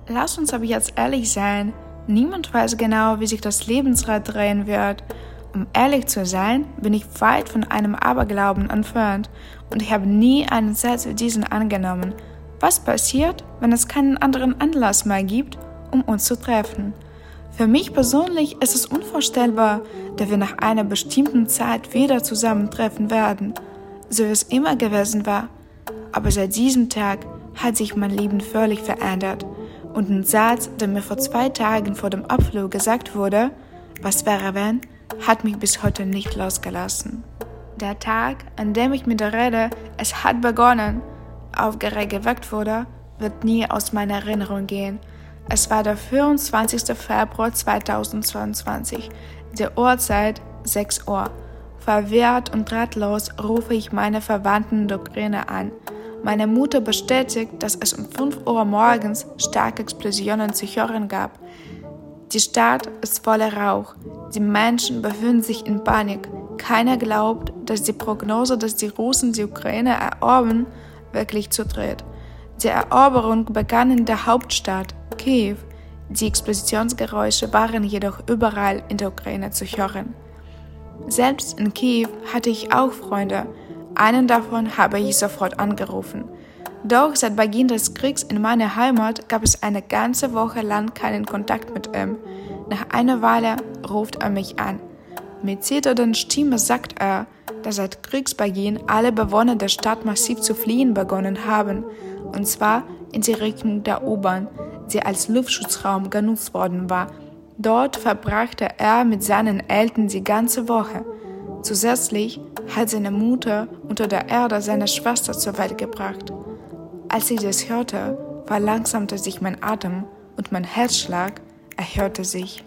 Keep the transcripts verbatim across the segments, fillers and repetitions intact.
Lass uns aber jetzt ehrlich sein, niemand weiß genau, wie sich das Lebensrad drehen wird. Um ehrlich zu sein, bin ich weit von einem Aberglauben entfernt und ich habe nie einen Satz wie diesen angenommen. Was passiert, wenn es keinen anderen Anlass mehr gibt, um uns zu treffen? Für mich persönlich ist es unvorstellbar, dass wir nach einer bestimmten Zeit wieder zusammentreffen werden, so wie es immer gewesen war. Aber seit diesem Tag hat sich mein Leben völlig verändert. Und ein Satz, der mir vor zwei Tagen vor dem Abflug gesagt wurde, was wäre wenn, hat mich bis heute nicht losgelassen. Der Tag, an dem ich mit der Rede, es hat begonnen, aufgeregt geweckt wurde, wird nie aus meiner Erinnerung gehen. Es war der vierundzwanzigster Februar zweitausendzweiundzwanzig, die Uhrzeit sechs Uhr. Verwirrt und ratlos rufe ich meine Verwandten in der Ukraine an. Meine Mutter bestätigt, dass es um fünf Uhr morgens starke Explosionen zu hören gab. Die Stadt ist voller Rauch. Die Menschen befinden sich in Panik. Keiner glaubt, dass die Prognose, dass die Russen die Ukraine erobern, wirklich zutrifft. Die Eroberung begann in der Hauptstadt, Kiew. Die Explosionsgeräusche waren jedoch überall in der Ukraine zu hören. Selbst in Kiew hatte ich auch Freunde. Einen davon habe ich sofort angerufen. Doch seit Beginn des Kriegs in meiner Heimat gab es eine ganze Woche lang keinen Kontakt mit ihm. Nach einer Weile ruft er mich an. Mit zitternder Stimme sagt er, dass seit Kriegsbeginn alle Bewohner der Stadt massiv zu fliehen begonnen haben, und zwar in die Richtung der U-Bahn, die als Luftschutzraum genutzt worden war. Dort verbrachte er mit seinen Eltern die ganze Woche. Zusätzlich hat seine Mutter unter der Erde seine Schwester zur Welt gebracht. Als ich das hörte, verlangsamte sich mein Atem und mein Herzschlag erhöhte sich.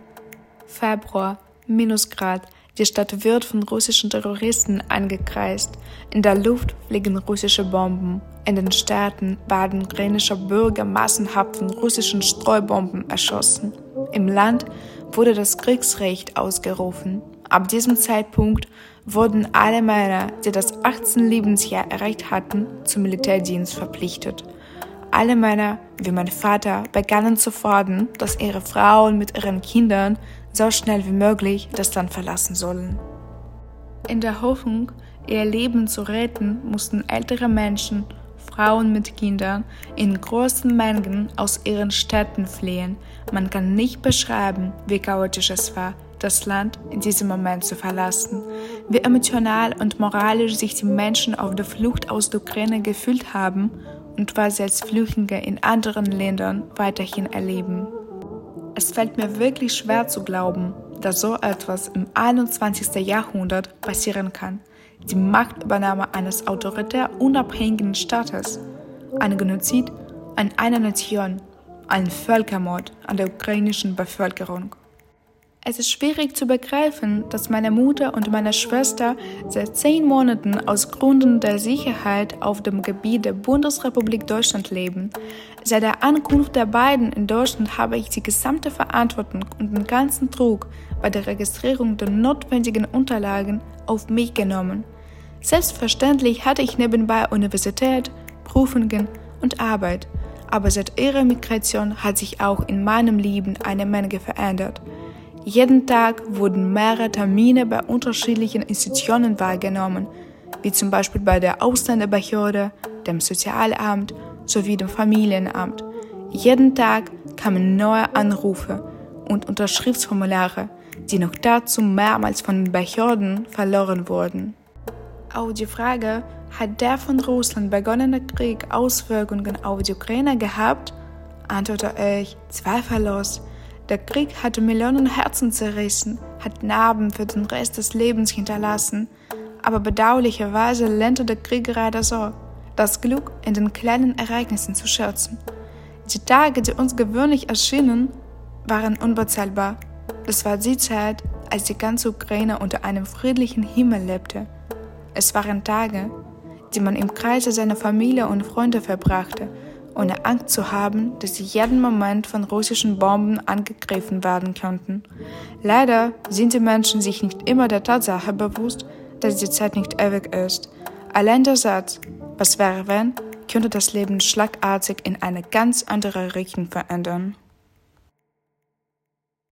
Februar, Minusgrad. Die Stadt wird von russischen Terroristen angekreist. In der Luft fliegen russische Bomben. In den Städten werden ukrainische Bürger massenhaft von russischen Streubomben erschossen. Im Land wurde das Kriegsrecht ausgerufen. Ab diesem Zeitpunkt wurden alle Männer, die das achtzehnte Lebensjahr erreicht hatten, zum Militärdienst verpflichtet. Alle Männer, wie mein Vater, begannen zu fordern, dass ihre Frauen mit ihren Kindern so schnell wie möglich das Land verlassen sollen. In der Hoffnung, ihr Leben zu retten, mussten ältere Menschen, Frauen mit Kindern, in großen Mengen aus ihren Städten fliehen. Man kann nicht beschreiben, wie chaotisch es war, das Land in diesem Moment zu verlassen, wie emotional und moralisch sich die Menschen auf der Flucht aus der Ukraine gefühlt haben und was sie als Flüchtlinge in anderen Ländern weiterhin erleben. Es fällt mir wirklich schwer zu glauben, dass so etwas im einundzwanzigsten Jahrhundert passieren kann. Die Machtübernahme eines autoritär unabhängigen Staates, ein Genozid an einer Nation, ein Völkermord an der ukrainischen Bevölkerung. Es ist schwierig zu begreifen, dass meine Mutter und meine Schwester seit zehn Monaten aus Gründen der Sicherheit auf dem Gebiet der Bundesrepublik Deutschland leben. Seit der Ankunft der beiden in Deutschland habe ich die gesamte Verantwortung und den ganzen Druck bei der Registrierung der notwendigen Unterlagen auf mich genommen. Selbstverständlich hatte ich nebenbei Universität, Prüfungen und Arbeit, aber seit ihrer Migration hat sich auch in meinem Leben eine Menge verändert. Jeden Tag wurden mehrere Termine bei unterschiedlichen Institutionen wahrgenommen, wie zum Beispiel bei der Ausländerbehörde, dem Sozialamt sowie dem Familienamt. Jeden Tag kamen neue Anrufe und Unterschriftsformulare, die noch dazu mehrmals von den Behörden verloren wurden. Auf die Frage, hat der von Russland begonnene Krieg Auswirkungen auf die Ukraine gehabt, antwortete ich zweifellos. Der Krieg hatte Millionen Herzen zerrissen, hat Narben für den Rest des Lebens hinterlassen, aber bedauerlicherweise lernte der Krieg gerade so, das Glück in den kleinen Ereignissen zu schätzen. Die Tage, die uns gewöhnlich erschienen, waren unbezahlbar. Das war die Zeit, als die ganze Ukraine unter einem friedlichen Himmel lebte. Es waren Tage, die man im Kreise seiner Familie und Freunde verbrachte, ohne Angst zu haben, dass sie jeden Moment von russischen Bomben angegriffen werden könnten. Leider sind die Menschen sich nicht immer der Tatsache bewusst, dass die Zeit nicht ewig ist. Allein der Satz, was wäre wenn, könnte das Leben schlagartig in eine ganz andere Richtung verändern.